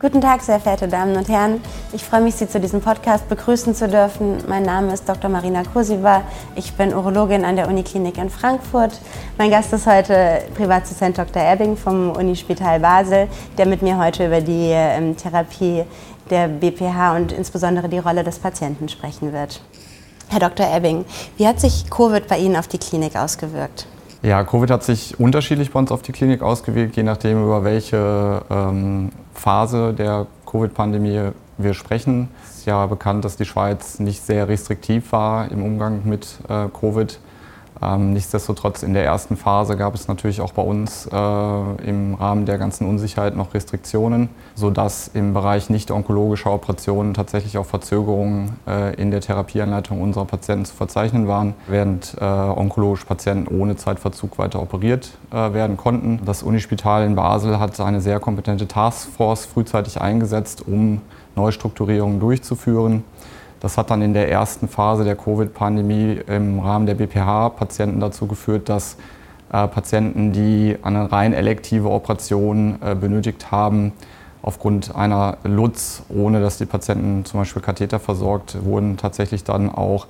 Guten Tag, sehr verehrte Damen und Herren. Ich freue mich, Sie zu diesem Podcast begrüßen zu dürfen. Mein Name ist Dr. Marina Kosiwa. Ich bin Urologin an der Uniklinik in Frankfurt. Mein Gast ist heute Privatdozent Dr. Ebbing vom Unispital Basel, der mit mir heute über die Therapie der BPH und insbesondere die Rolle des Patienten sprechen wird. Herr Dr. Ebbing, wie hat sich Covid bei Ihnen auf die Klinik ausgewirkt? Ja, Covid hat sich unterschiedlich bei uns auf die Klinik ausgewirkt, je nachdem, über welche Phase der Covid-Pandemie wir sprechen. Es ist ja bekannt, dass die Schweiz nicht sehr restriktiv war im Umgang mit Covid. Nichtsdestotrotz in der ersten Phase gab es natürlich auch bei uns im Rahmen der ganzen Unsicherheit noch Restriktionen, sodass im Bereich nicht-onkologischer Operationen tatsächlich auch Verzögerungen in der Therapieanleitung unserer Patienten zu verzeichnen waren, während onkologische Patienten ohne Zeitverzug weiter operiert werden konnten. Das Unispital in Basel hat eine sehr kompetente Taskforce frühzeitig eingesetzt, um Neustrukturierungen durchzuführen. Das hat dann in der ersten Phase der Covid-Pandemie im Rahmen der BPH-Patienten dazu geführt, dass Patienten, die eine rein elektive Operation benötigt haben, aufgrund einer LUZ, ohne dass die Patienten zum Beispiel Katheter versorgt wurden, tatsächlich dann auch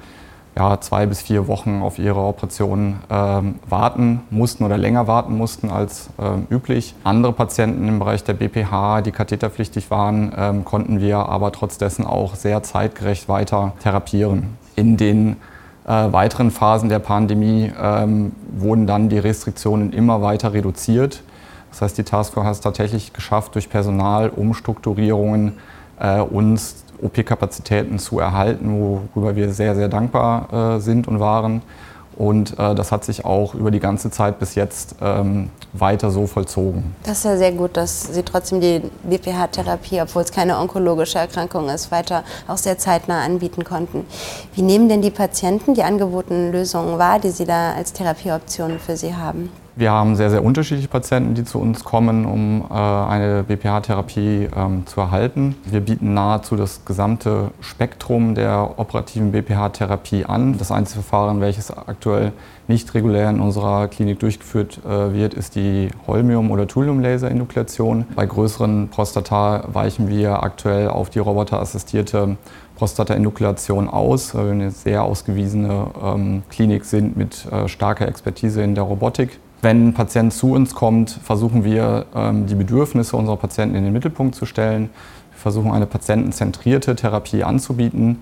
2 bis 4 Wochen auf ihre Operation warten mussten oder länger warten mussten als üblich. Andere Patienten im Bereich der BPH, die katheterpflichtig waren, konnten wir aber trotz dessen auch sehr zeitgerecht weiter therapieren. In den weiteren Phasen der Pandemie wurden dann die Restriktionen immer weiter reduziert. Das heißt, die Taskforce hat es tatsächlich geschafft, durch Personalumstrukturierungen uns OP-Kapazitäten zu erhalten, worüber wir sehr, sehr dankbar sind und waren. Und das hat sich auch über die ganze Zeit bis jetzt weiter so vollzogen. Das ist ja sehr gut, dass Sie trotzdem die BPH-Therapie, obwohl es keine onkologische Erkrankung ist, weiter auch sehr zeitnah anbieten konnten. Wie nehmen denn die Patienten die angebotenen Lösungen wahr, die Sie da als Therapieoptionen für sie haben? Wir haben sehr, sehr unterschiedliche Patienten, die zu uns kommen, um eine BPH-Therapie zu erhalten. Wir bieten nahezu das gesamte Spektrum der operativen BPH-Therapie an. Das einzige Verfahren, welches aktuell nicht regulär in unserer Klinik durchgeführt wird, ist die Holmium- oder Thulium-Laser-Enuklation. Bei größeren Prostata weichen wir aktuell auf die roboterassistierte Prostata-Enuklation aus, weil wir eine sehr ausgewiesene Klinik sind mit starker Expertise in der Robotik. Wenn ein Patient zu uns kommt, versuchen wir, die Bedürfnisse unserer Patienten in den Mittelpunkt zu stellen. Wir versuchen, eine patientenzentrierte Therapie anzubieten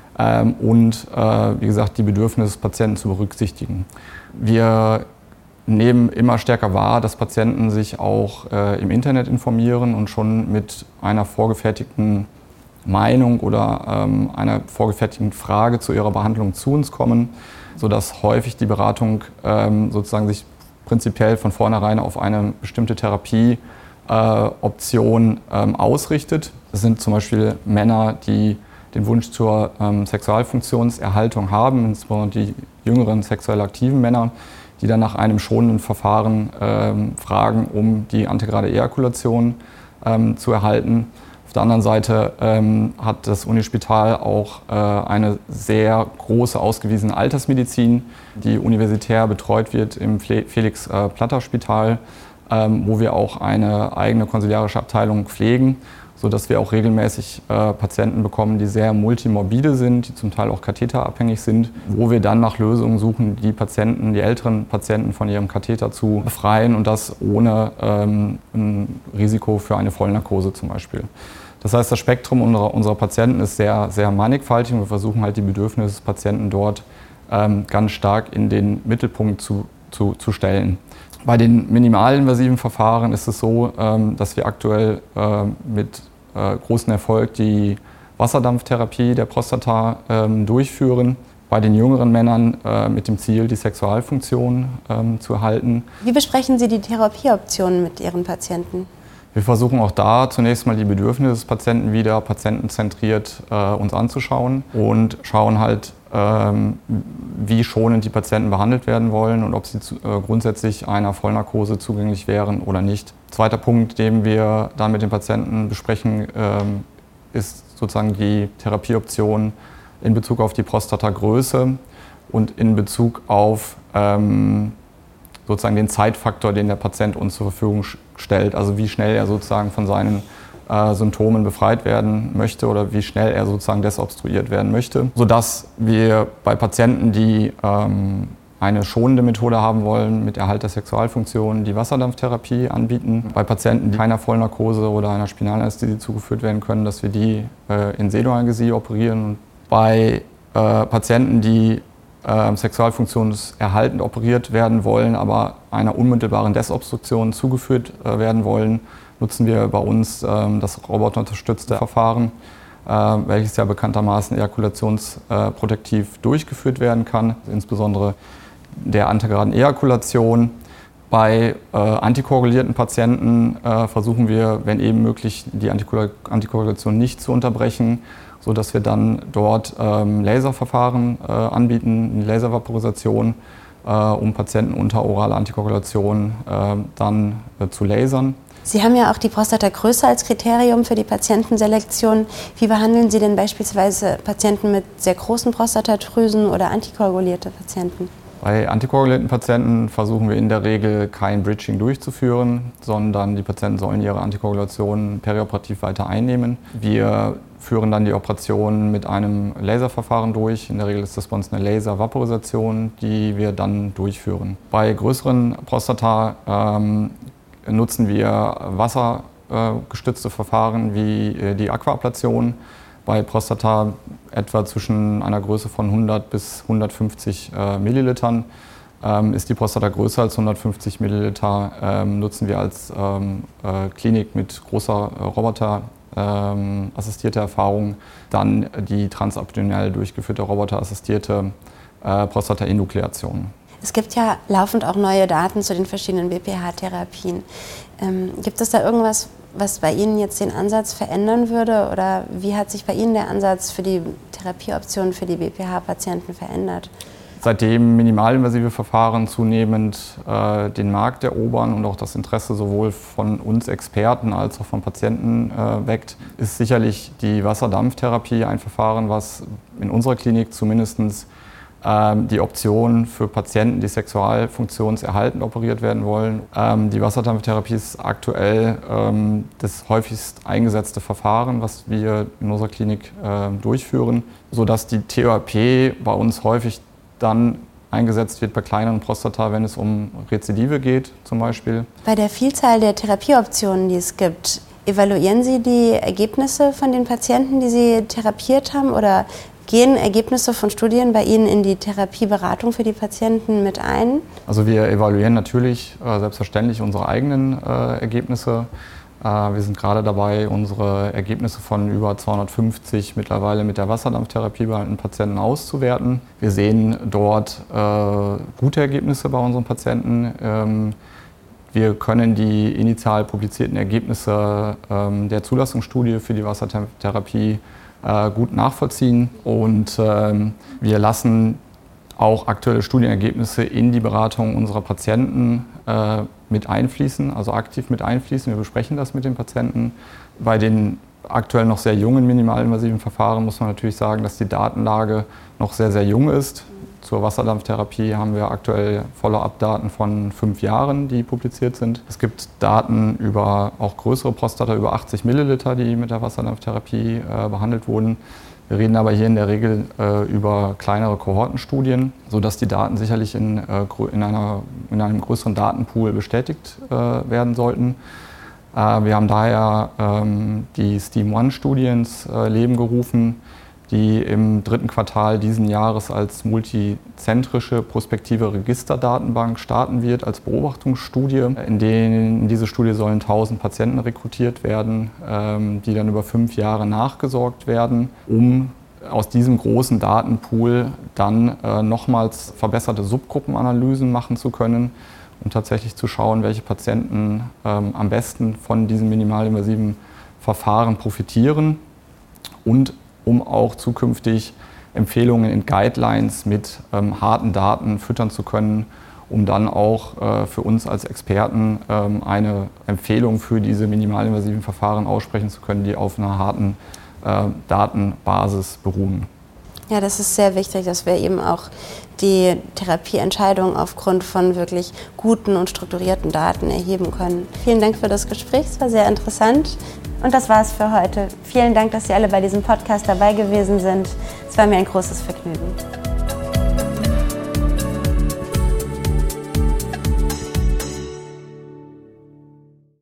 und, wie gesagt, die Bedürfnisse des Patienten zu berücksichtigen. Wir nehmen immer stärker wahr, dass Patienten sich auch im Internet informieren und schon mit einer vorgefertigten Meinung oder einer vorgefertigten Frage zu ihrer Behandlung zu uns kommen, sodass häufig die Beratung sozusagen sich prinzipiell von vornherein auf eine bestimmte Therapieoption ausrichtet. Das sind zum Beispiel Männer, die den Wunsch zur Sexualfunktionserhaltung haben, insbesondere die jüngeren sexuell aktiven Männer, die dann nach einem schonenden Verfahren fragen, um die antegrade Ejakulation zu erhalten. Auf der anderen Seite hat das Unispital auch eine sehr große ausgewiesene Altersmedizin, die universitär betreut wird im Felix-Platter-Spital, wo wir auch eine eigene konsiliarische Abteilung pflegen, sodass wir auch regelmäßig Patienten bekommen, die sehr multimorbide sind, die zum Teil auch katheterabhängig sind, wo wir dann nach Lösungen suchen, die älteren Patienten von ihrem Katheter zu befreien und das ohne ein Risiko für eine Vollnarkose zum Beispiel. Das heißt, das Spektrum unserer Patienten ist sehr, sehr mannigfaltig und wir versuchen halt die Bedürfnisse des Patienten dort ganz stark in den Mittelpunkt zu stellen. Bei den minimalinvasiven Verfahren ist es so, dass wir aktuell mit großem Erfolg die Wasserdampftherapie der Prostata durchführen. Bei den jüngeren Männern mit dem Ziel, die Sexualfunktion zu erhalten. Wie besprechen Sie die Therapieoptionen mit Ihren Patienten? Wir versuchen auch da zunächst mal die Bedürfnisse des Patienten wieder patientenzentriert uns anzuschauen und schauen halt, wie schonend die Patienten behandelt werden wollen und ob sie grundsätzlich einer Vollnarkose zugänglich wären oder nicht. Zweiter Punkt, den wir dann mit den Patienten besprechen, ist sozusagen die Therapieoption in Bezug auf die Prostatagröße und in Bezug auf sozusagen den Zeitfaktor, den der Patient uns zur Verfügung stellt. Also wie schnell er sozusagen von seinen Symptomen befreit werden möchte oder wie schnell er sozusagen desobstruiert werden möchte, sodass wir bei Patienten, die eine schonende Methode haben wollen, mit Erhalt der Sexualfunktion die Wasserdampftherapie anbieten. Bei Patienten, die keiner Vollnarkose oder einer Spinalanästhesie zugeführt werden können, dass wir die in Senoanästhesie operieren. Bei Patienten, die sexualfunktionserhaltend operiert werden wollen, aber einer unmittelbaren Desobstruktion zugeführt werden wollen, nutzen wir bei uns das roboterunterstützte Verfahren, welches ja bekanntermaßen ejakulationsprotektiv durchgeführt werden kann, insbesondere der antegraden Ejakulation. Bei antikoagulierten Patienten versuchen wir, wenn eben möglich, die Antikoagulation nicht zu unterbrechen, sodass wir dann dort Laserverfahren anbieten, eine Laservaporisation, um Patienten unter oraler Antikoagulation dann zu lasern. Sie haben ja auch die Prostatagröße als Kriterium für die Patientenselektion. Wie behandeln Sie denn beispielsweise Patienten mit sehr großen Prostatadrüsen oder antikoagulierte Patienten? Bei antikoagulierten Patienten versuchen wir in der Regel kein Bridging durchzuführen, sondern die Patienten sollen ihre Antikoagulation perioperativ weiter einnehmen. Wir führen dann die Operation mit einem Laserverfahren durch. In der Regel ist das bei uns eine Laservaporisation, die wir dann durchführen. Bei größeren Prostata nutzen wir wassergestützte Verfahren wie die Aquaablation. Bei Prostata etwa zwischen einer Größe von 100 bis 150 Millilitern. Ist die Prostata größer als 150 Milliliter, nutzen wir als Klinik mit großer roboterassistierter Erfahrung dann die transabdominal durchgeführte roboterassistierte Prostataenukleation. Es gibt ja laufend auch neue Daten zu den verschiedenen BPH-Therapien. Gibt es da irgendwas, was bei Ihnen jetzt den Ansatz verändern würde? Oder wie hat sich bei Ihnen der Ansatz für die Therapieoptionen für die BPH-Patienten verändert? Seitdem minimalinvasive Verfahren zunehmend den Markt erobern und auch das Interesse sowohl von uns Experten als auch von Patienten weckt, ist sicherlich die Wasserdampftherapie ein Verfahren, was in unserer Klinik zumindest die Option für Patienten, die sexualfunktionserhaltend operiert werden wollen. Die Wasserdampftherapie ist aktuell das häufigst eingesetzte Verfahren, was wir in unserer Klinik durchführen, sodass die TURP bei uns häufig dann eingesetzt wird bei kleineren Prostata, wenn es um Rezidive geht zum Beispiel. Bei der Vielzahl der Therapieoptionen, die es gibt, evaluieren Sie die Ergebnisse von den Patienten, die Sie therapiert haben, oder gehen Ergebnisse von Studien bei Ihnen in die Therapieberatung für die Patienten mit ein? Also wir evaluieren natürlich selbstverständlich unsere eigenen Ergebnisse. Wir sind gerade dabei, unsere Ergebnisse von über 250 mittlerweile mit der Wasserdampftherapie behandelten Patienten auszuwerten. Wir sehen dort gute Ergebnisse bei unseren Patienten. Wir können die initial publizierten Ergebnisse der Zulassungsstudie für die Wasserdampftherapie gut nachvollziehen und wir lassen auch aktuelle Studienergebnisse in die Beratung unserer Patienten mit einfließen, also aktiv mit einfließen. Wir besprechen das mit den Patienten. Bei den aktuell noch sehr jungen minimalinvasiven Verfahren muss man natürlich sagen, dass die Datenlage noch sehr, sehr jung ist. Zur Wasserdampftherapie haben wir aktuell Follow-up-Daten von 5 Jahren, die publiziert sind. Es gibt Daten über auch größere Prostata, über 80 Milliliter, die mit der Wasserdampftherapie behandelt wurden. Wir reden aber hier in der Regel über kleinere Kohortenstudien, sodass die Daten sicherlich in einem größeren Datenpool bestätigt werden sollten. Wir haben daher die STEAM-1-Studie ins Leben gerufen, die im 3. Quartal diesen Jahres als multizentrische prospektive Registerdatenbank starten wird, als Beobachtungsstudie. In diese Studie sollen 1000 Patienten rekrutiert werden, die dann über 5 Jahre nachgesorgt werden, um aus diesem großen Datenpool dann nochmals verbesserte Subgruppenanalysen machen zu können und tatsächlich zu schauen, welche Patienten am besten von diesen minimalinvasiven Verfahren profitieren und um auch zukünftig Empfehlungen in Guidelines mit harten Daten füttern zu können, um dann auch für uns als Experten eine Empfehlung für diese minimalinvasiven Verfahren aussprechen zu können, die auf einer harten Datenbasis beruhen. Ja, das ist sehr wichtig, dass wir eben auch die Therapieentscheidung aufgrund von wirklich guten und strukturierten Daten erheben können. Vielen Dank für das Gespräch, es war sehr interessant. Und das war's für heute. Vielen Dank, dass Sie alle bei diesem Podcast dabei gewesen sind. Es war mir ein großes Vergnügen.